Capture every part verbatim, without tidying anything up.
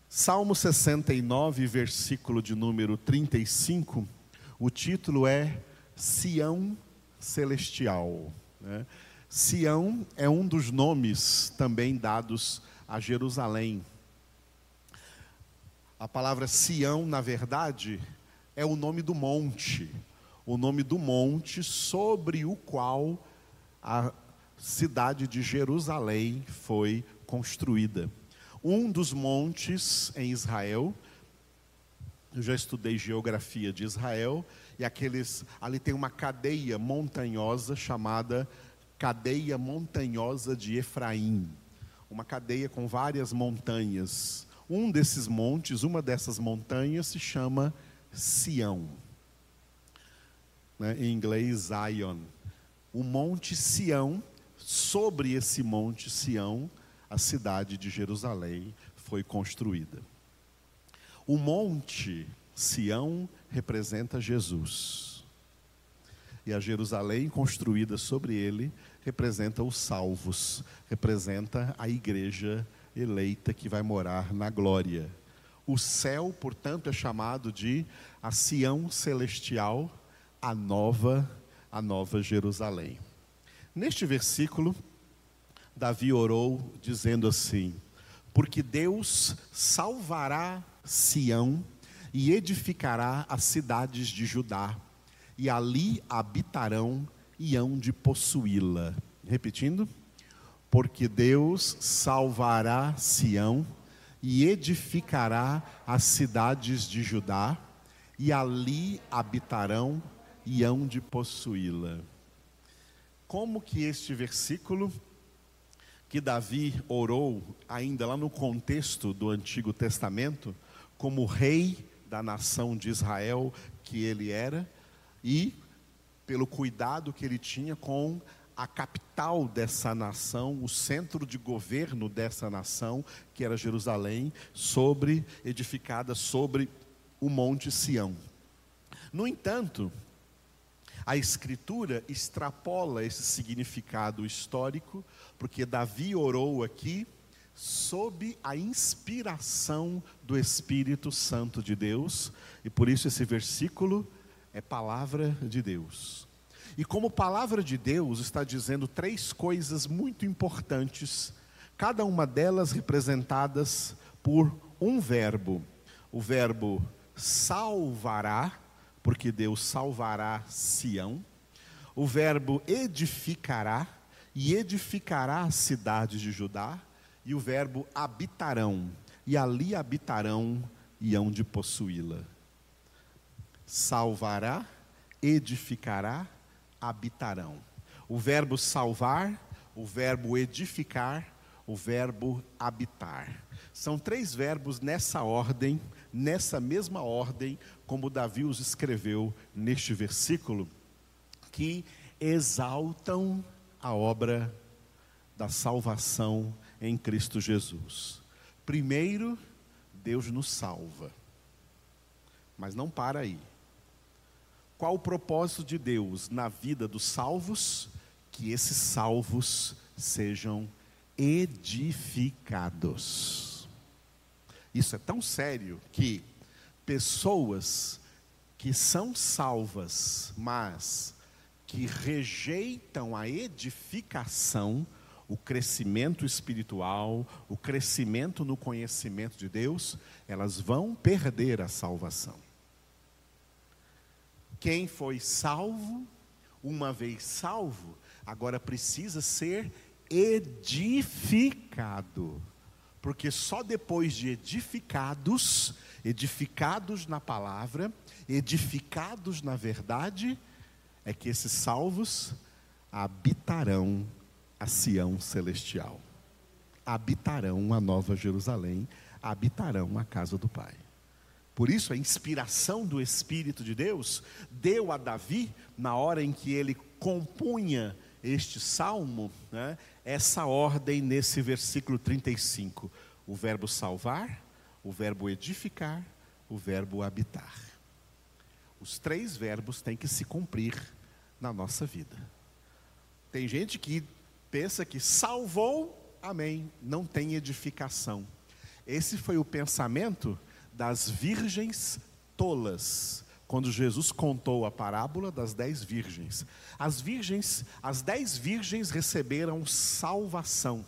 Salmo sessenta e nove, versículo de número trinta e cinco, o título é Sião Celestial, né? Sião é um dos nomes também dados a Jerusalém. A palavra Sião, na verdade, é o nome do monte, o nome do monte sobre o qual a cidade de Jerusalém foi construída. Um dos montes em Israel, eu já estudei geografia de Israel, e aqueles, ali tem uma cadeia montanhosa chamada Cadeia Montanhosa de Efraim, uma cadeia com várias montanhas. Um desses montes, uma dessas montanhas se chama Sião, né? Em inglês Zion. O monte Sião, sobre esse monte Sião, a cidade de Jerusalém foi construída. O monte Sião representa Jesus. E a Jerusalém construída sobre ele representa os salvos, representa a igreja eleita que vai morar na glória. O céu, portanto, é chamado de a Sião Celestial, a nova, a nova Jerusalém. Neste versículo, Davi orou dizendo assim: porque Deus salvará Sião e edificará as cidades de Judá, e ali habitarão e hão de possuí-la. Repetindo: porque Deus salvará Sião e edificará as cidades de Judá, e ali habitarão e hão de possuí-la. Como que este versículo que Davi orou, ainda lá no contexto do Antigo Testamento, como rei da nação de Israel que ele era, e pelo cuidado que ele tinha com a capital dessa nação, o centro de governo dessa nação, que era Jerusalém, sobre, edificada sobre o Monte Sião. No entanto, a Escritura extrapola esse significado histórico, porque Davi orou aqui sob a inspiração do Espírito Santo de Deus, e por isso esse versículo é palavra de Deus. E como palavra de Deus está dizendo três coisas muito importantes, cada uma delas representadas por um verbo. O verbo salvará, porque Deus salvará Sião. O verbo edificará, e edificará a cidade de Judá. E o verbo habitarão, e ali habitarão e hão de possuí-la. Salvará, edificará, habitarão. O verbo salvar, o verbo edificar, o verbo habitar. São três verbos nessa ordem, nessa mesma ordem, como Davi os escreveu neste versículo, que exaltam a obra da salvação em Cristo Jesus. Primeiro, Deus nos salva, mas não para aí. Qual o propósito de Deus na vida dos salvos? Que esses salvos sejam edificados. Isso é tão sério que pessoas que são salvas, mas que rejeitam a edificação, o crescimento espiritual, o crescimento no conhecimento de Deus, elas vão perder a salvação. Quem foi salvo, uma vez salvo, agora precisa ser edificado. Porque só depois de edificados, edificados na palavra, edificados na verdade, é que esses salvos habitarão a Sião Celestial, habitarão a Nova Jerusalém, habitarão a casa do Pai. Por isso a inspiração do Espírito de Deus deu a Davi, na hora em que ele compunha este salmo, né, essa ordem nesse versículo trinta e cinco. O verbo salvar, o verbo edificar, o verbo habitar. Os três verbos têm que se cumprir na nossa vida. Tem gente que pensa que salvou, amém, não tem edificação. Esse foi o pensamento das virgens tolas, quando Jesus contou a parábola das dez virgens. As virgens, as dez virgens receberam salvação,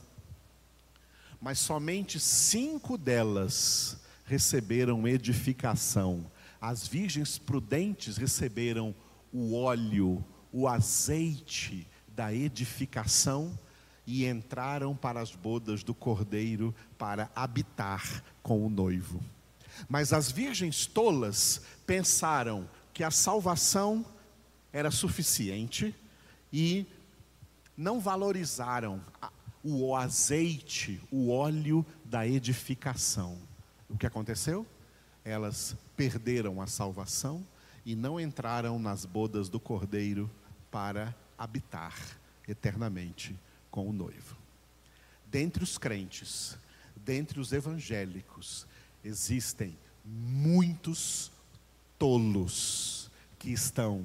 mas somente cinco delas receberam edificação. As virgens prudentes receberam o óleo, o azeite da edificação e entraram para as bodas do Cordeiro para habitar com o noivo. Mas as virgens tolas pensaram que a salvação era suficiente e não valorizaram o azeite, o óleo da edificação. O que aconteceu? Elas perderam a salvação e não entraram nas bodas do Cordeiro para habitar eternamente com o noivo. Dentre os crentes, dentre os evangélicos, existem muitos tolos que estão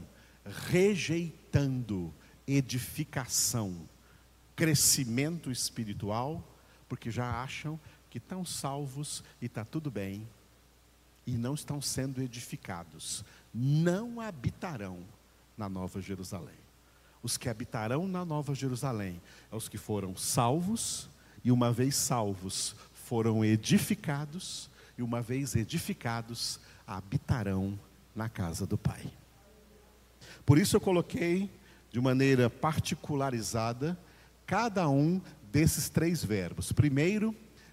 rejeitando edificação, crescimento espiritual, porque já acham que estão salvos e está tudo bem, e não estão sendo edificados. Não habitarão na Nova Jerusalém. Os que habitarão na Nova Jerusalém são os que foram salvos, e uma vez salvos, foram edificados, e uma vez edificados, habitarão na casa do Pai. Por isso eu coloquei, de maneira particularizada, cada um desses três verbos. Primeiro,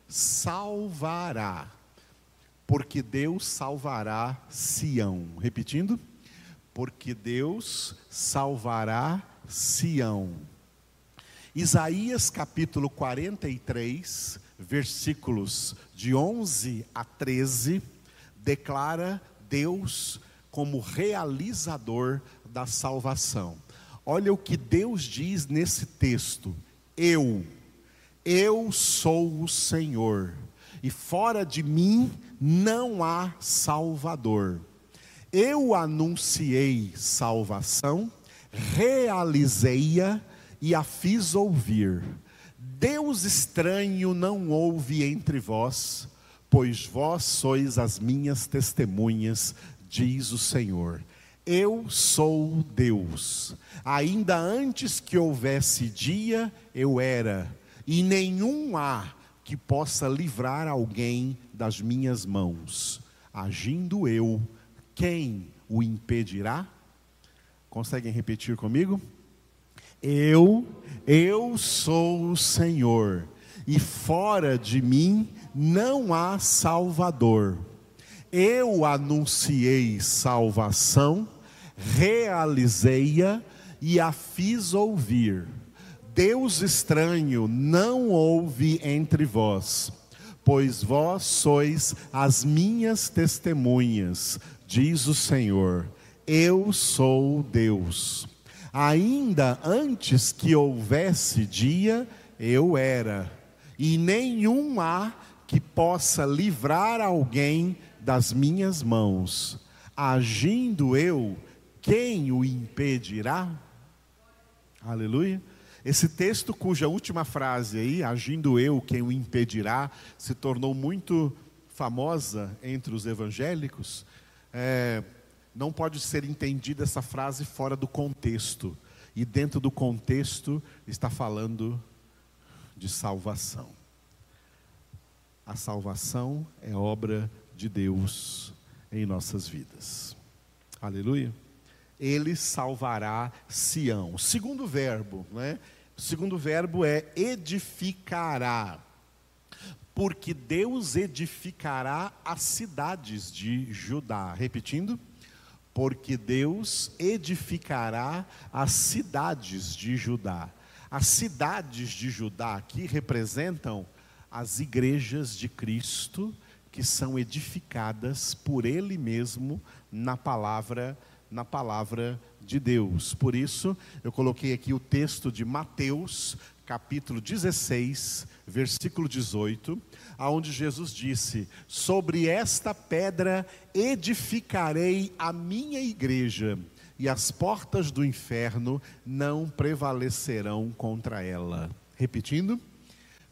salvará, porque Deus salvará Sião. Repetindo, porque Deus salvará Sião. Isaías capítulo quarenta e três, versículos de onze a treze, declara Deus como realizador da salvação. Olha o que Deus diz nesse texto: Eu, eu sou o Senhor, e fora de mim não há Salvador. Eu anunciei salvação, realizei-a e a fiz ouvir. Deus estranho não houve entre vós, pois vós sois as minhas testemunhas, diz o Senhor. Eu sou Deus. Ainda antes que houvesse dia, eu era, e nenhum há que possa livrar alguém das minhas mãos. Agindo eu, quem o impedirá? Conseguem repetir comigo? Eu, eu sou o Senhor, e fora de mim não há Salvador. Eu anunciei salvação, realizei-a e a fiz ouvir. Deus estranho não houve entre vós, pois vós sois as minhas testemunhas, diz o Senhor. Eu sou Deus. Ainda antes que houvesse dia, eu era, e nenhum há que possa livrar alguém das minhas mãos. Agindo eu, quem o impedirá? Aleluia. Esse texto, cuja última frase aí, agindo eu, quem o impedirá, se tornou muito famosa entre os evangélicos. É, não pode ser entendida essa frase fora do contexto. E dentro do contexto está falando de salvação. A salvação é obra de Deus em nossas vidas. Aleluia. Ele salvará Sião. O segundo verbo, né? O segundo verbo é edificará. Porque Deus edificará as cidades de Judá. Repetindo. Porque Deus edificará as cidades de Judá. As cidades de Judá aqui representam as igrejas de Cristo, que são edificadas por Ele mesmo na palavra, na palavra de Deus. Por isso, eu coloquei aqui o texto de Mateus, capítulo dezesseis, versículo dezoito, aonde Jesus disse: sobre esta pedra edificarei a minha igreja, e as portas do inferno não prevalecerão contra ela. Repetindo,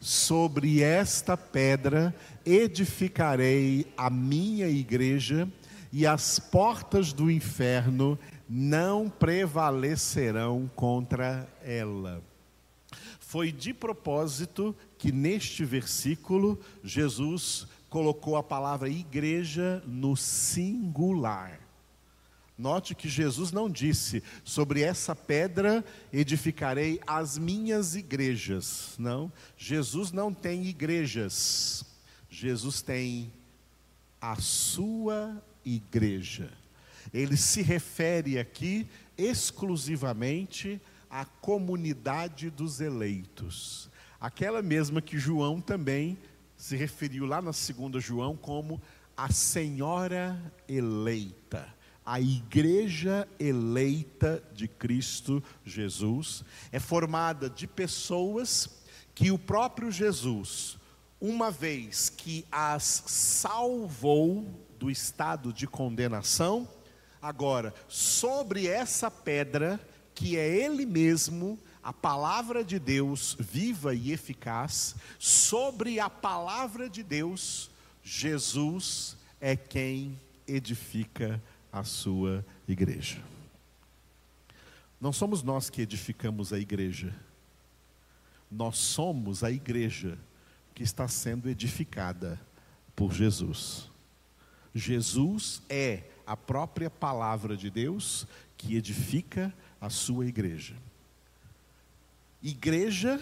sobre esta pedra edificarei a minha igreja, e as portas do inferno não prevalecerão contra ela. Foi de propósito que neste versículo Jesus colocou a palavra igreja no singular. Note que Jesus não disse, sobre essa pedra edificarei as minhas igrejas. Não, Jesus não tem igrejas. Jesus tem a sua igreja. Ele se refere aqui exclusivamente à comunidade dos eleitos. Aquela mesma que João também se referiu lá na segunda João como a Senhora eleita. A igreja eleita de Cristo Jesus é formada de pessoas que o próprio Jesus, uma vez que as salvou do estado de condenação, agora, sobre essa pedra, que é Ele mesmo, a palavra de Deus viva e eficaz, sobre a palavra de Deus, Jesus é quem edifica a sua igreja. Não somos nós que edificamos a igreja, nós somos a igreja que está sendo edificada por Jesus. Jesus é a própria palavra de Deus que edifica a sua igreja. Igreja,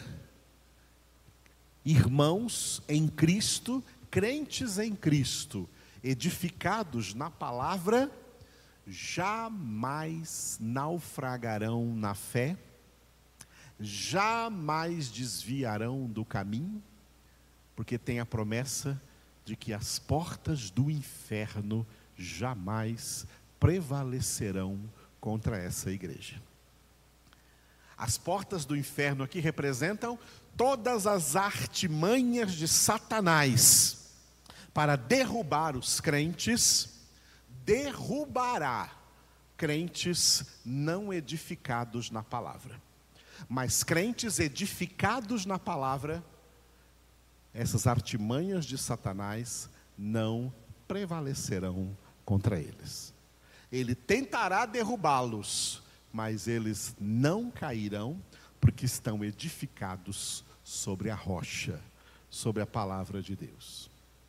irmãos em Cristo, crentes em Cristo, edificados na palavra, jamais naufragarão na fé, jamais desviarão do caminho, porque tem a promessa de que as portas do inferno jamais prevalecerão contra essa igreja. As portas do inferno aqui representam todas as artimanhas de Satanás para derrubar os crentes, derrubará crentes não edificados na palavra. Mas crentes edificados na palavra, essas artimanhas de Satanás não prevalecerão contra eles. Ele tentará derrubá-los, mas eles não cairão, porque estão edificados sobre a rocha, sobre a palavra de Deus.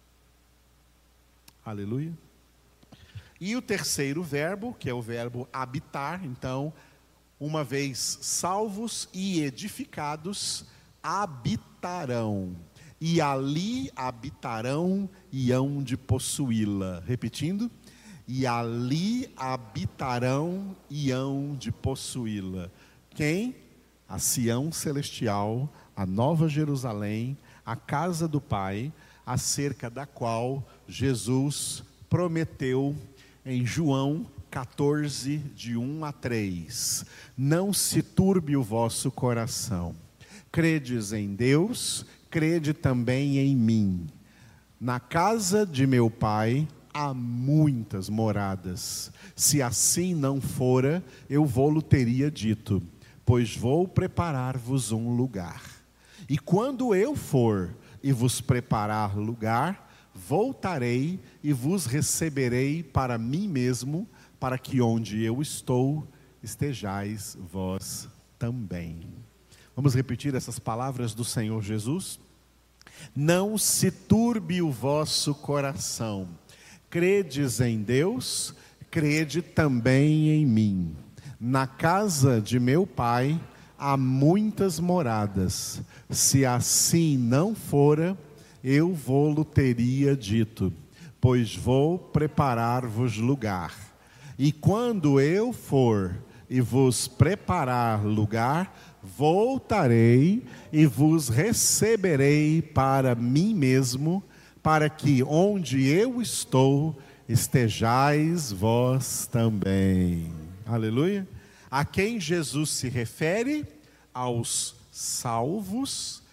Aleluia. E o terceiro verbo, que é o verbo habitar, então, uma vez salvos e edificados, habitarão. E ali habitarão e hão de possuí-la. Repetindo. E ali habitarão e hão de possuí-la. Quem? A Sião celestial, a Nova Jerusalém, a casa do Pai, acerca da qual Jesus prometeu em João catorze, de um a três. Não se turbe o vosso coração. Credes em Deus, crede também em mim. Na casa de meu Pai há muitas moradas. Se assim não fora, eu vou-lo teria dito, pois vou preparar-vos um lugar. E quando eu for e vos preparar lugar, voltarei e vos receberei para mim mesmo, para que onde eu estou, estejais vós também. Vamos repetir essas palavras do Senhor Jesus? Não se turbe o vosso coração. Credes em Deus, crede também em mim. Na casa de meu Pai há muitas moradas. Se assim não fora, eu vou-lo teria dito, pois vou preparar-vos lugar. E quando eu for e vos preparar lugar, voltarei e vos receberei para mim mesmo, para que onde eu estou, estejais vós também. Aleluia. A quem Jesus se refere? Aos salvos,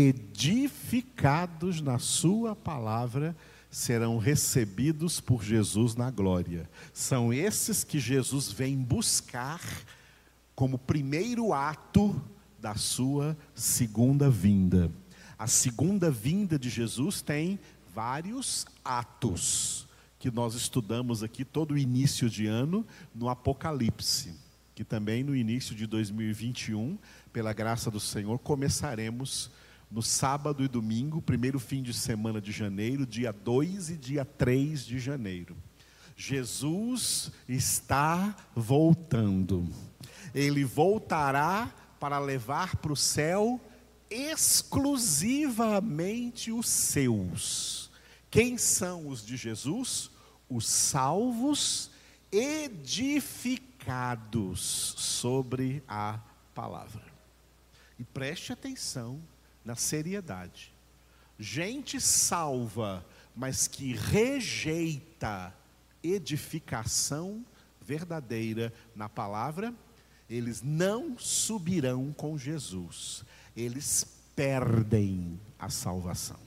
edificados na sua palavra, serão recebidos por Jesus na glória. São esses que Jesus vem buscar como primeiro ato da sua segunda vinda. A segunda vinda de Jesus tem vários atos, que nós estudamos aqui todo o início de ano no Apocalipse, que também no início de dois mil e vinte e um, pela graça do Senhor, começaremos no sábado e domingo, primeiro fim de semana de janeiro, dia dois e dia três de janeiro. Jesus está voltando. Ele voltará para levar para o céu exclusivamente os seus. Quem são os de Jesus? Os salvos edificados sobre a palavra. E preste atenção na seriedade. Gente salva, mas que rejeita edificação verdadeira na palavra, eles não subirão com Jesus. Eles perdem a salvação.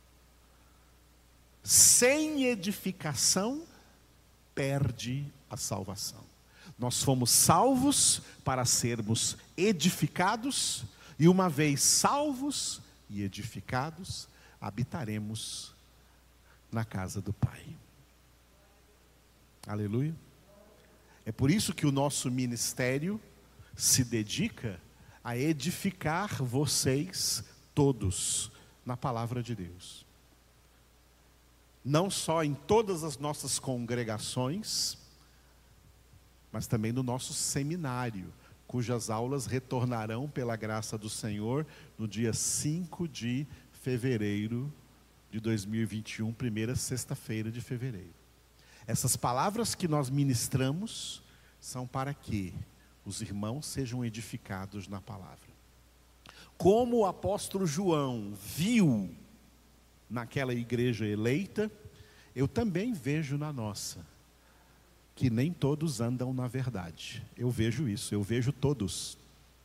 Sem edificação, perde a salvação. Nós fomos salvos para sermos edificados, e uma vez salvos e edificados, habitaremos na casa do Pai. Aleluia. É por isso que o nosso ministério se dedica a edificar vocês todos na palavra de Deus. Não só em todas as nossas congregações, mas também no nosso seminário, cujas aulas retornarão pela graça do Senhor no dia cinco de fevereiro de dois mil e vinte e um, primeira sexta-feira de fevereiro. Essas palavras que nós ministramos são para que os irmãos sejam edificados na palavra. Como o apóstolo João viu naquela igreja eleita, eu também vejo na nossa, que nem todos andam na verdade. Eu vejo isso, eu vejo todos.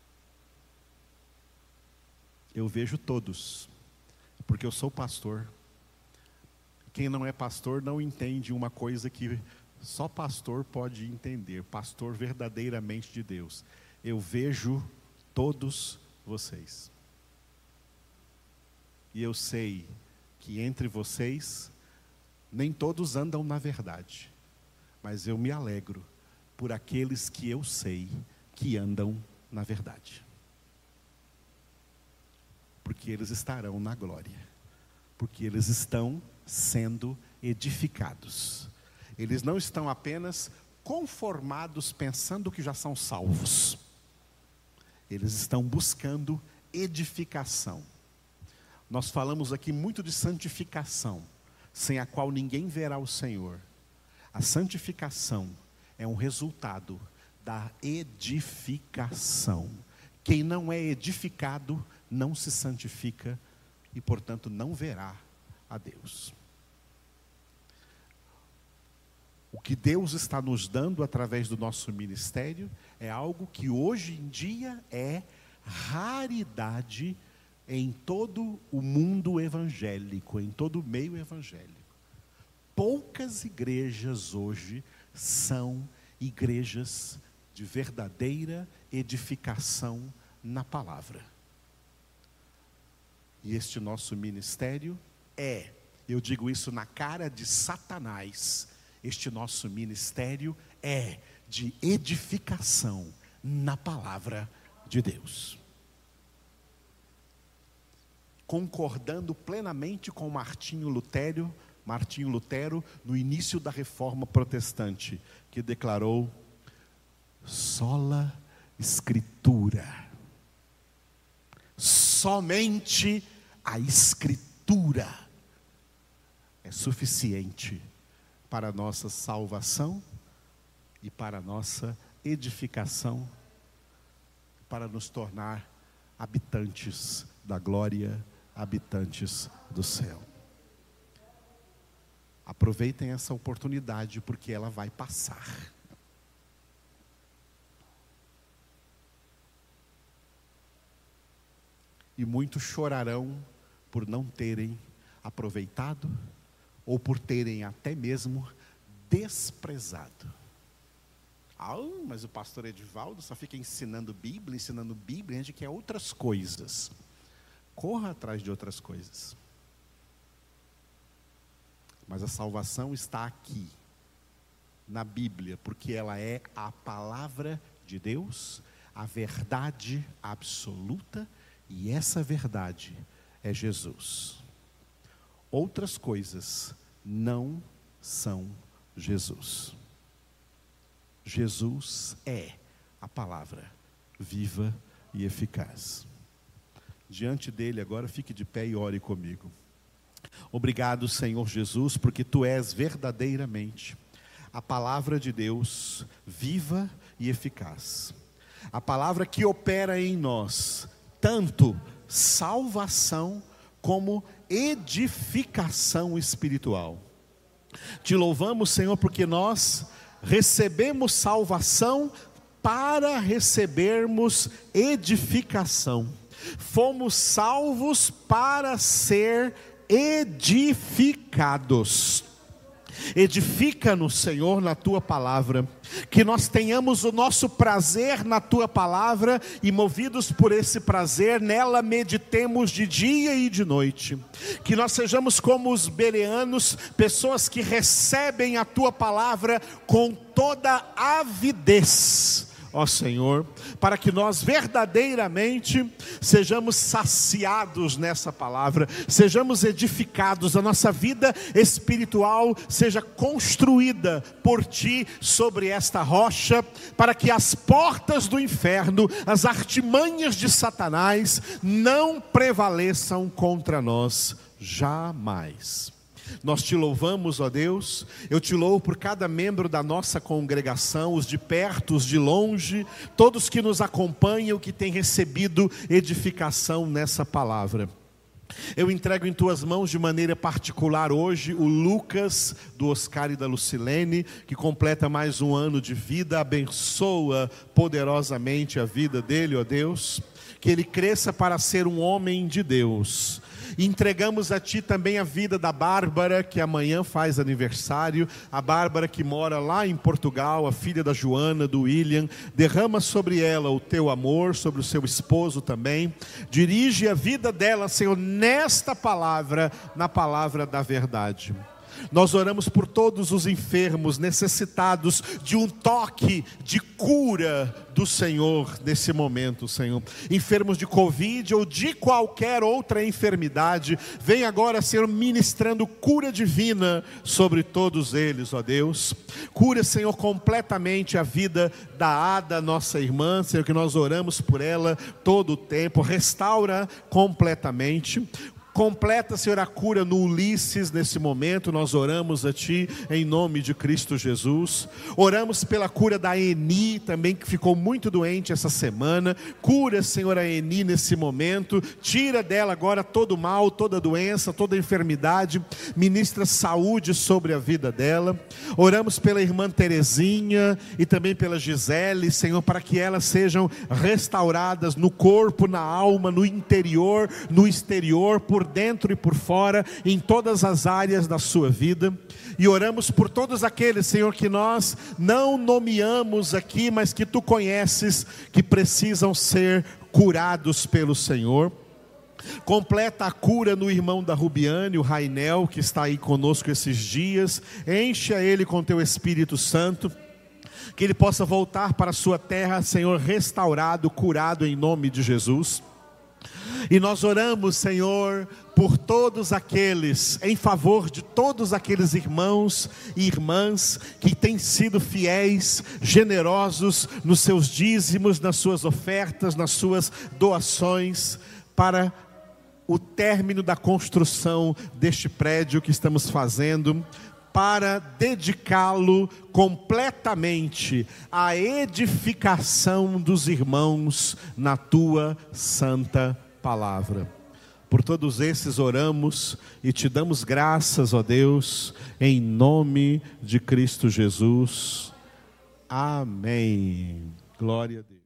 Eu vejo todos, porque eu sou pastor. Quem não é pastor não entende uma coisa que só pastor pode entender, pastor verdadeiramente de Deus. Eu vejo todos vocês. E eu sei que entre vocês, nem todos andam na verdade. Mas eu me alegro por aqueles que eu sei que andam na verdade. Porque eles estarão na glória. Porque eles estão sendo edificados. Eles não estão apenas conformados pensando que já são salvos. Eles estão buscando edificação. Nós falamos aqui muito de santificação, sem a qual ninguém verá o Senhor. A santificação é um resultado da edificação. Quem não é edificado não se santifica e, portanto, não verá a Deus. O que Deus está nos dando através do nosso ministério é algo que hoje em dia é raridade em todo o mundo evangélico, em todo o meio evangélico. Poucas igrejas hoje são igrejas de verdadeira edificação na palavra. E este nosso ministério é, eu digo isso na cara de Satanás, este nosso ministério é de edificação na palavra de Deus. Concordando plenamente com Martinho Lutero, Martinho Lutero, no início da Reforma Protestante, que declarou: sola Escritura, somente a Escritura é suficiente para a nossa salvação e para a nossa edificação, para nos tornar habitantes da glória, habitantes do céu. Aproveitem essa oportunidade, porque ela vai passar. E muitos chorarão por não terem aproveitado, ou por terem até mesmo desprezado. Ah, mas o pastor Edivaldo só fica ensinando Bíblia, ensinando Bíblia, a gente quer outras coisas. corra atrás de outras coisas. Mas a salvação está aqui, na Bíblia, porque ela é a palavra de Deus, a verdade absoluta, e essa verdade é Jesus. Outras coisas não são Jesus. Jesus é a palavra viva e eficaz. Diante dele agora fique de pé e ore comigo. Obrigado, Senhor Jesus, porque tu és verdadeiramente a palavra de Deus viva e eficaz. A palavra que opera em nós tanto salvação como edificação espiritual. Te louvamos, Senhor, porque nós recebemos salvação para recebermos edificação. Fomos salvos para ser edificados. Edifica-nos, Senhor, na tua palavra, que nós tenhamos o nosso prazer na tua palavra e, movidos por esse prazer, nela meditemos de dia e de noite. Que nós sejamos como os bereanos, pessoas que recebem a tua palavra com toda avidez, ó Senhor, para que nós verdadeiramente sejamos saciados nessa palavra, sejamos edificados, a nossa vida espiritual seja construída por Ti sobre esta rocha, para que as portas do inferno, as artimanhas de Satanás não prevaleçam contra nós jamais. Nós te louvamos, ó Deus, eu te louvo por cada membro da nossa congregação, os de perto, os de longe, todos que nos acompanham, que têm recebido edificação nessa palavra. Eu entrego em tuas mãos de maneira particular hoje o Lucas, do Oscar e da Lucilene, que completa mais um ano de vida. Abençoa poderosamente a vida dele, ó Deus, que ele cresça para ser um homem de Deus. Entregamos a Ti também a vida da Bárbara, que amanhã faz aniversário. A Bárbara que mora lá em Portugal, a filha da Joana, do William. Derrama sobre ela o Teu amor, sobre o seu esposo também. Dirige a vida dela, Senhor, nesta palavra, na palavra da verdade. Nós oramos por todos os enfermos, necessitados de um toque de cura do Senhor nesse momento, Senhor. Enfermos de Covid ou de qualquer outra enfermidade, vem agora, Senhor, ministrando cura divina sobre todos eles, ó Deus. Cura, Senhor, completamente a vida da Ada, nossa irmã, Senhor, que nós oramos por ela todo o tempo. Restaura completamente. Completa, Senhor, a cura no Ulisses nesse momento. Nós oramos a Ti em nome de Cristo Jesus. Oramos pela cura da Eni também, que ficou muito doente essa semana. Cura, Senhor, a Eni nesse momento. Tira dela agora todo mal, toda doença, toda enfermidade. Ministra saúde sobre a vida dela. Oramos pela irmã Terezinha e também pela Gisele, Senhor, para que elas sejam restauradas no corpo, na alma, no interior, no exterior, por dentro e por fora, em todas as áreas da sua vida. E oramos por todos aqueles, Senhor, que nós não nomeamos aqui, mas que Tu conheces, que precisam ser curados pelo Senhor. Completa a cura no irmão da Rubiane, o Rainel, que está aí conosco esses dias. Encha ele com Teu Espírito Santo, que ele possa voltar para a sua terra, Senhor, restaurado, curado em nome de Jesus. E nós oramos, Senhor, por todos aqueles, em favor de todos aqueles irmãos e irmãs que têm sido fiéis, generosos nos seus dízimos, nas suas ofertas, nas suas doações, para o término da construção deste prédio que estamos fazendo, para dedicá-lo completamente à edificação dos irmãos na Tua santa palavra. Por todos esses oramos e Te damos graças, ó Deus, em nome de Cristo Jesus. Amém. Glória a Deus.